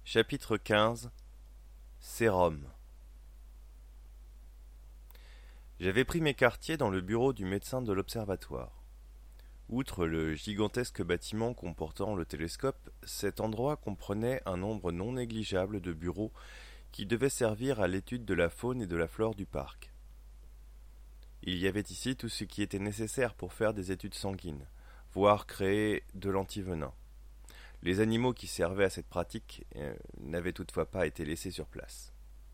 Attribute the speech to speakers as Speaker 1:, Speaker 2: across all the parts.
Speaker 1: Chapitre 15 Sérum. J'avais pris mes quartiers dans le bureau du médecin de l'observatoire. Outre le gigantesque bâtiment comportant le télescope, cet endroit comprenait un nombre non négligeable de bureaux qui devaient servir à l'étude de la faune et de la flore du parc. Il y avait ici tout ce qui était nécessaire pour faire des études sanguines, voire créer de l'antivenin. Les animaux qui servaient à cette pratique n'avaient toutefois pas été laissés sur place.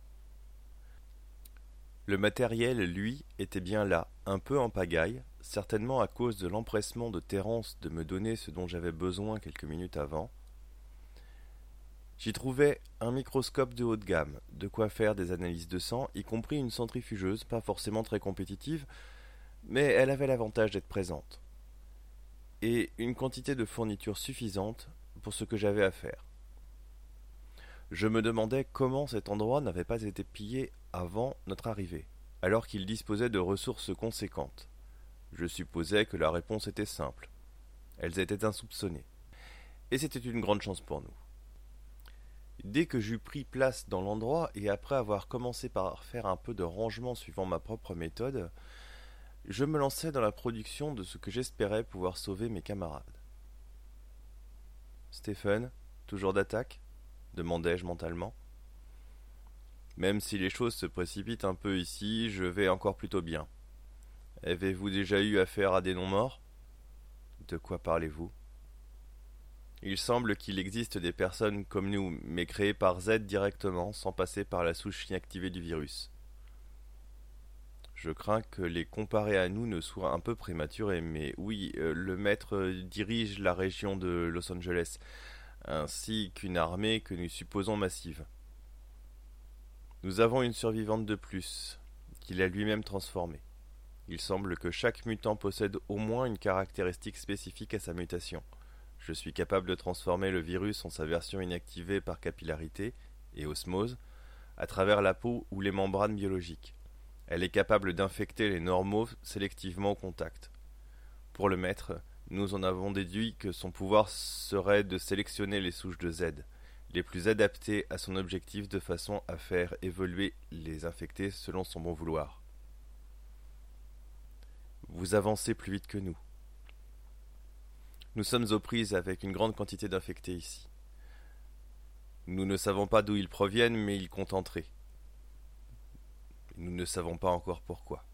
Speaker 1: Le matériel, lui, était bien là, un peu en pagaille, certainement à cause de l'empressement de Thérence de me donner ce dont j'avais besoin quelques minutes avant. J'y trouvais un microscope de haut de gamme, de quoi faire des analyses de sang, y compris une centrifugeuse, pas forcément très compétitive, mais elle avait l'avantage d'être présente, et une quantité de fournitures suffisante pour ce que j'avais à faire. Je me demandais comment cet endroit n'avait pas été pillé avant notre arrivée, alors qu'il disposait de ressources conséquentes. Je supposais que la réponse était simple. Elles étaient insoupçonnées. Et c'était une grande chance pour nous. Dès que j'eus pris place dans l'endroit et après avoir commencé par faire un peu de rangement suivant ma propre méthode, je me lançai dans la production de ce que j'espérais pouvoir sauver mes camarades. Stephen, toujours d'attaque ? Demandai-je mentalement. Même si les choses se précipitent un peu ici, je vais encore plutôt bien. Avez-vous déjà eu affaire à des non-morts ? De quoi parlez-vous ? Il semble qu'il existe des personnes comme nous, mais créées par Z directement, sans passer par la souche inactivée du virus. Je crains que les comparer à nous ne soient un peu prématurés, mais oui, le maître dirige la région de Los Angeles, ainsi qu'une armée que nous supposons massive. Nous avons une survivante de plus, qu'il a lui-même transformée. Il semble que chaque mutant possède au moins une caractéristique spécifique à sa mutation. Je suis capable de transformer le virus en sa version inactivée par capillarité et osmose à travers la peau ou les membranes biologiques. Elle est capable d'infecter les normaux sélectivement au contact. Pour le maître, nous en avons déduit que son pouvoir serait de sélectionner les souches de Z, les plus adaptées à son objectif de façon à faire évoluer les infectés selon son bon vouloir. Vous avancez plus vite que nous. Nous sommes aux prises avec une grande quantité d'infectés ici. Nous ne savons pas d'où ils proviennent, mais ils comptent entrer. Nous ne savons pas encore pourquoi.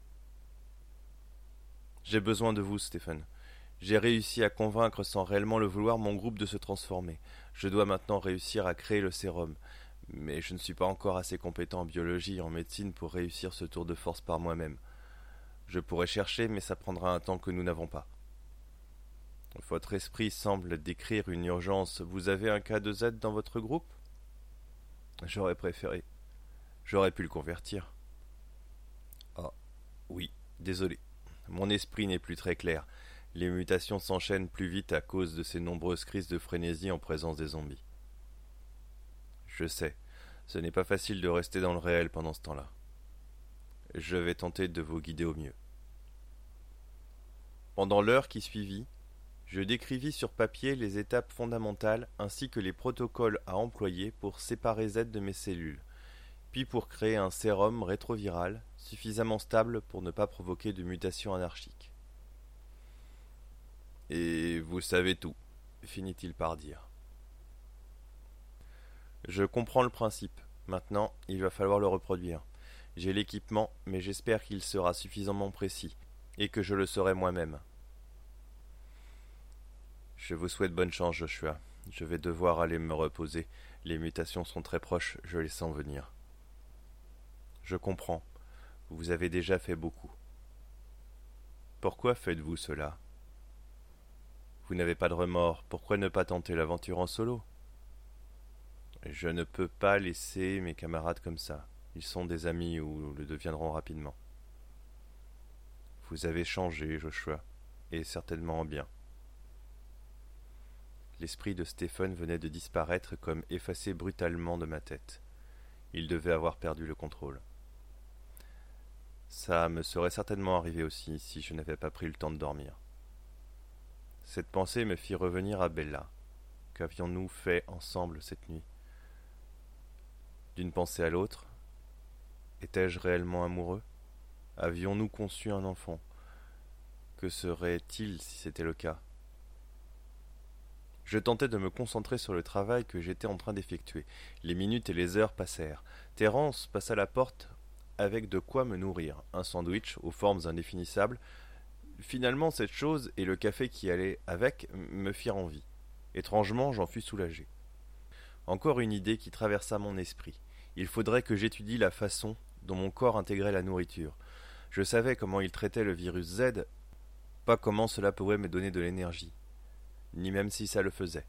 Speaker 1: J'ai besoin de vous, Stephen. J'ai réussi à convaincre sans réellement le vouloir mon groupe de se transformer. Je dois maintenant réussir à créer le sérum. Mais je ne suis pas encore assez compétent en biologie et en médecine pour réussir ce tour de force par moi-même. Je pourrais chercher, mais ça prendra un temps que nous n'avons pas. Votre esprit semble décrire une urgence. Vous avez un cas de Z dans votre groupe ? J'aurais préféré. J'aurais pu le convertir. Ah, oui, désolé. Mon esprit n'est plus très clair. Les mutations s'enchaînent plus vite à cause de ces nombreuses crises de frénésie en présence des zombies. Je sais, ce n'est pas facile de rester dans le réel pendant ce temps-là. Je vais tenter de vous guider au mieux. Pendant l'heure qui suivit, je décrivis sur papier les étapes fondamentales ainsi que les protocoles à employer pour séparer Z de mes cellules, puis pour créer un sérum rétroviral suffisamment stable pour ne pas provoquer de mutations anarchiques. Et vous savez tout, finit-il par dire. Je comprends le principe. Maintenant, il va falloir le reproduire. J'ai l'équipement, mais j'espère qu'il sera suffisamment précis, et que je le serai moi-même. Je vous souhaite bonne chance, Joshua. Je vais devoir aller me reposer. Les mutations sont très proches, je les sens venir. Je comprends. Vous avez déjà fait beaucoup. Pourquoi faites-vous cela ? Vous n'avez pas de remords. Pourquoi ne pas tenter l'aventure en solo ? Je ne peux pas laisser mes camarades comme ça. Ils sont des amis ou le deviendront rapidement. Vous avez changé, Joshua, et certainement en bien. L'esprit de Stephen venait de disparaître comme effacé brutalement de ma tête. Il devait avoir perdu le contrôle. Ça me serait certainement arrivé aussi si je n'avais pas pris le temps de dormir. Cette pensée me fit revenir à Bella. Qu'avions-nous fait ensemble cette nuit ? D'une pensée à l'autre, étais-je réellement amoureux? Avions-nous conçu un enfant? Que serait-il si c'était le cas? Je tentais de me concentrer sur le travail que j'étais en train d'effectuer. Les minutes et les heures passèrent. Thérence passa la porte avec de quoi me nourrir. Un sandwich aux formes indéfinissables. Finalement, cette chose et le café qui allait avec me firent envie. Étrangement, j'en fus soulagé. Encore une idée qui traversa mon esprit. Il faudrait que j'étudie la façon dont mon corps intégrait la nourriture. Je savais comment il traitait le virus Z, pas comment cela pourrait me donner de l'énergie, ni même si ça le faisait.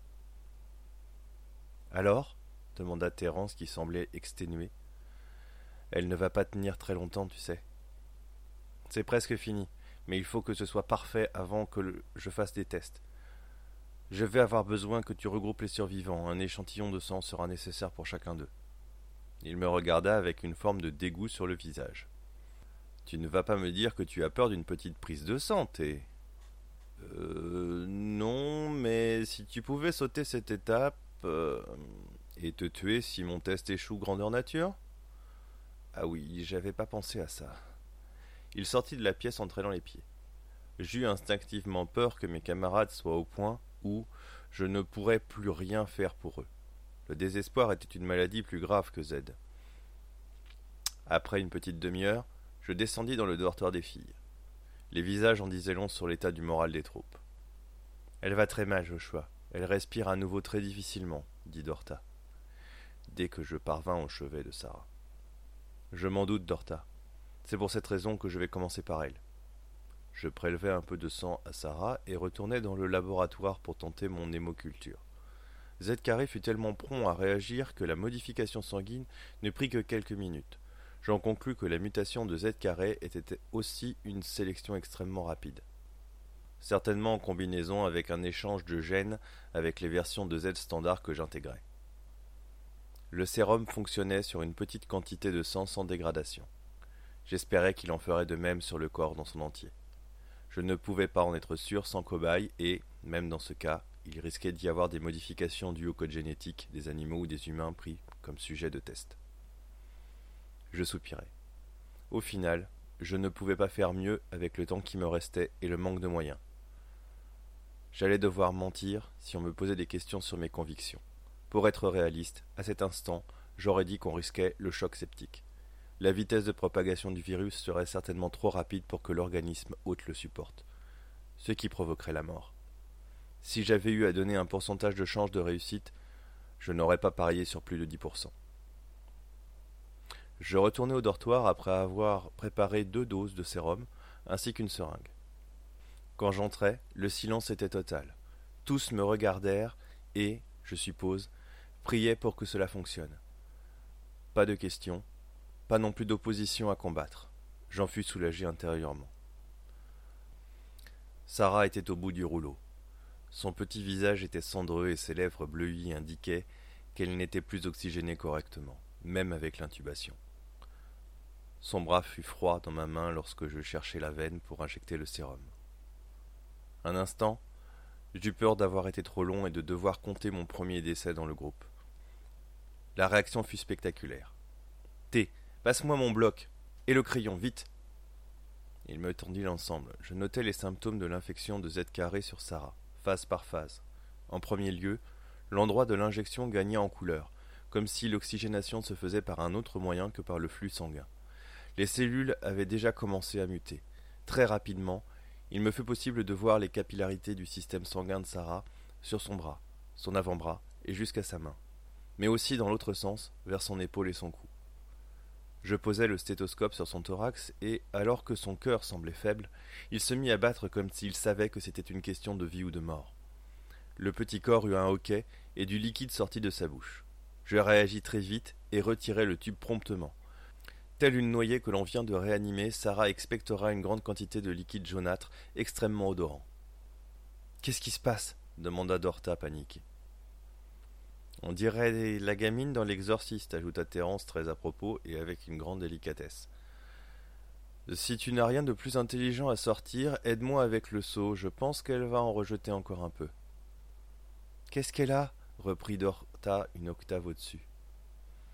Speaker 1: Alors demanda Thérence qui semblait exténuée. Elle ne va pas tenir très longtemps, tu sais. C'est presque fini, mais il faut que ce soit parfait avant que je fasse des tests. Je vais avoir besoin que tu regroupes les survivants. Un échantillon de sang sera nécessaire pour chacun d'eux. Il me regarda avec une forme de dégoût sur le visage. Tu ne vas pas me dire que tu as peur d'une petite prise de sang, t'es... Non, mais si tu pouvais sauter cette étape et te tuer si mon test échoue grandeur nature? Ah oui, j'avais pas pensé à ça. Il sortit de la pièce en traînant les pieds. J'eus instinctivement peur que mes camarades soient au point où je ne pourrais plus rien faire pour eux. Le désespoir était une maladie plus grave que Z. Après une petite demi-heure, je descendis dans le dortoir des filles. Les visages en disaient long sur l'état du moral des troupes. Elle va très mal, Joshua. Elle respire à nouveau très difficilement, dit Dorta, dès que je parvins au chevet de Sarah. Je m'en doute, Dorta. C'est pour cette raison que je vais commencer par elle. Je prélevai un peu de sang à Sarah et retournai dans le laboratoire pour tenter mon hémoculture. Z carré fut tellement prompt à réagir que la modification sanguine ne prit que quelques minutes. J'en conclus que la mutation de Z carré était aussi une sélection extrêmement rapide. Certainement en combinaison avec un échange de gènes avec les versions de Z standard que j'intégrais. Le sérum fonctionnait sur une petite quantité de sang sans dégradation. J'espérais qu'il en ferait de même sur le corps dans son entier. Je ne pouvais pas en être sûr sans cobaye et, même dans ce cas, il risquait d'y avoir des modifications dues au code génétique des animaux ou des humains pris comme sujet de test. Je soupirai. Au final, je ne pouvais pas faire mieux avec le temps qui me restait et le manque de moyens. J'allais devoir mentir si on me posait des questions sur mes convictions. Pour être réaliste, à cet instant, j'aurais dit qu'on risquait le choc septique. La vitesse de propagation du virus serait certainement trop rapide pour que l'organisme hôte le supporte, ce qui provoquerait la mort. Si j'avais eu à donner un pourcentage de chance de réussite, je n'aurais pas parié sur plus de 10%. Je retournai au dortoir après avoir préparé 2 doses de sérum, ainsi qu'une seringue. Quand j'entrai, le silence était total. Tous me regardèrent et, je suppose, priaient pour que cela fonctionne. Pas de questions, pas non plus d'opposition à combattre. J'en fus soulagé intérieurement. Sarah était au bout du rouleau. Son petit visage était cendreux et ses lèvres bleuies indiquaient qu'elle n'était plus oxygénée correctement, même avec l'intubation. Son bras fut froid dans ma main lorsque je cherchai la veine pour injecter le sérum. Un instant, j'eus peur d'avoir été trop long et de devoir compter mon premier décès dans le groupe. La réaction fut spectaculaire. « T, passe-moi mon bloc et le crayon, vite !» Il me tendit l'ensemble. Je notai les symptômes de l'infection de Z carré sur Sarah, phase par phase. En premier lieu, l'endroit de l'injection gagna en couleur, comme si l'oxygénation se faisait par un autre moyen que par le flux sanguin. Les cellules avaient déjà commencé à muter. Très rapidement, il me fut possible de voir les capillarités du système sanguin de Sarah sur son bras, son avant-bras et jusqu'à sa main, mais aussi dans l'autre sens, vers son épaule et son cou. Je posai le stéthoscope sur son thorax et, alors que son cœur semblait faible, il se mit à battre comme s'il savait que c'était une question de vie ou de mort. Le petit corps eut un hoquet et du liquide sortit de sa bouche. Je réagis très vite et retirai le tube promptement. Telle une noyée que l'on vient de réanimer, Sarah expectora une grande quantité de liquide jaunâtre, extrêmement odorant. « Qu'est-ce qui se passe » demanda Dorta, paniquée. « On dirait la gamine dans l'Exorciste » ajouta Thérence très à propos et avec une grande délicatesse. « Si tu n'as rien de plus intelligent à sortir, aide-moi avec le seau, je pense qu'elle va en rejeter encore un peu. »« Qu'est-ce qu'elle a » reprit Dorta une octave au-dessus.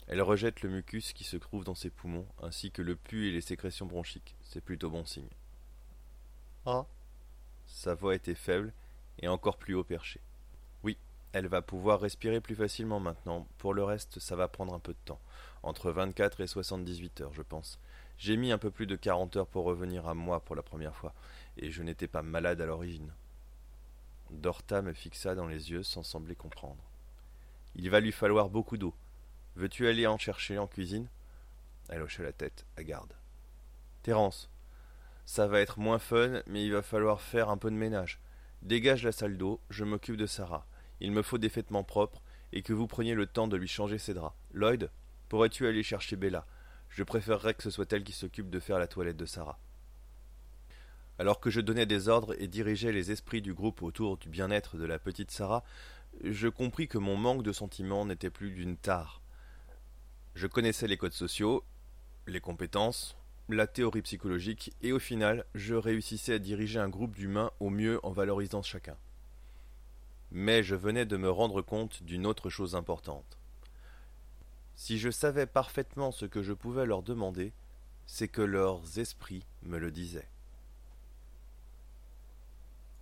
Speaker 1: Elle rejette le mucus qui se trouve dans ses poumons, ainsi que le pus et les sécrétions bronchiques. C'est plutôt bon signe. Ah. Sa voix était faible et encore plus haut perché. Oui, elle va pouvoir respirer plus facilement maintenant. Pour le reste, ça va prendre un peu de temps. Entre 24 et 78 heures, je pense. J'ai mis un peu plus de 40 heures pour revenir à moi pour la première fois, et je n'étais pas malade à l'origine. Dorta me fixa dans les yeux sans sembler comprendre. Il va lui falloir beaucoup d'eau. Veux-tu aller en chercher en cuisine? Elle hocha la tête, hagarde. Terence, ça va être moins fun, mais il va falloir faire un peu de ménage. Dégage la salle d'eau, je m'occupe de Sarah. Il me faut des vêtements propres et que vous preniez le temps de lui changer ses draps. Lloyd, pourrais-tu aller chercher Bella? Je préférerais que ce soit elle qui s'occupe de faire la toilette de Sarah. Alors que je donnais des ordres et dirigeais les esprits du groupe autour du bien-être de la petite Sarah, je compris que mon manque de sentiments n'était plus d'une tare. Je connaissais les codes sociaux, les compétences, la théorie psychologique, et au final, je réussissais à diriger un groupe d'humains au mieux en valorisant chacun. Mais je venais de me rendre compte d'une autre chose importante. Si je savais parfaitement ce que je pouvais leur demander, c'est que leurs esprits me le disaient.